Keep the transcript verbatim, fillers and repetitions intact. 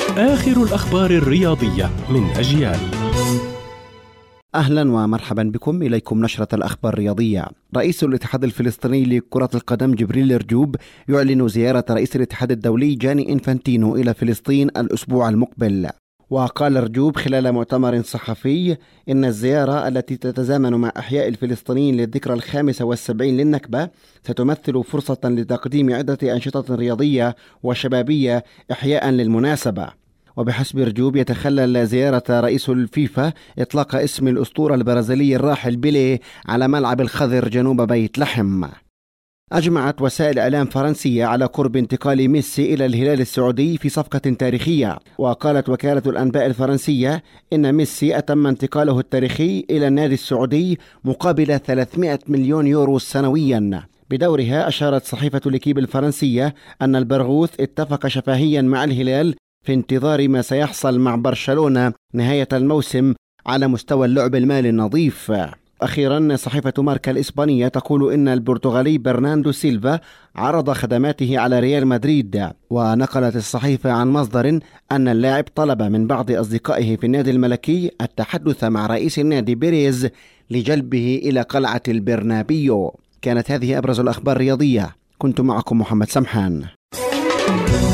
آخر الأخبار الرياضية من أجيال. أهلا ومرحبا بكم. إليكم نشرة الأخبار الرياضية. رئيس الاتحاد الفلسطيني لكرة القدم جبريل رجوب يعلن زيارة رئيس الاتحاد الدولي جاني إنفانتينو إلى فلسطين الأسبوع المقبل. وقال رجوب خلال مؤتمر صحفي إن الزيارة التي تتزامن مع إحياء الفلسطينيين للذكرى الخامسة والسبعين للنكبة ستمثل فرصة لتقديم عدة أنشطة رياضية وشبابية إحياء للمناسبة. وبحسب رجوب يتخلل زيارة رئيس الفيفا إطلاق اسم الأسطورة البرازيلي الراحل بيليه على ملعب الخضر جنوب بيت لحم. أجمعت وسائل إعلام فرنسية على قرب انتقال ميسي إلى الهلال السعودي في صفقة تاريخية. وقالت وكالة الأنباء الفرنسية إن ميسي أتم انتقاله التاريخي إلى النادي السعودي مقابل ثلاثمائة مليون يورو سنويا. بدورها أشارت صحيفة ليكيب الفرنسية أن البرغوث اتفق شفهيا مع الهلال في انتظار ما سيحصل مع برشلونة نهاية الموسم على مستوى اللعب المالي النظيف. أخيرا صحيفة ماركا الإسبانية تقول إن البرتغالي برناندو سيلفا عرض خدماته على ريال مدريد. ونقلت الصحيفة عن مصدر أن اللاعب طلب من بعض أصدقائه في النادي الملكي التحدث مع رئيس النادي بيريز لجلبه إلى قلعة البرنابيو. كانت هذه أبرز الأخبار الرياضية. كنت معكم محمد سمحان.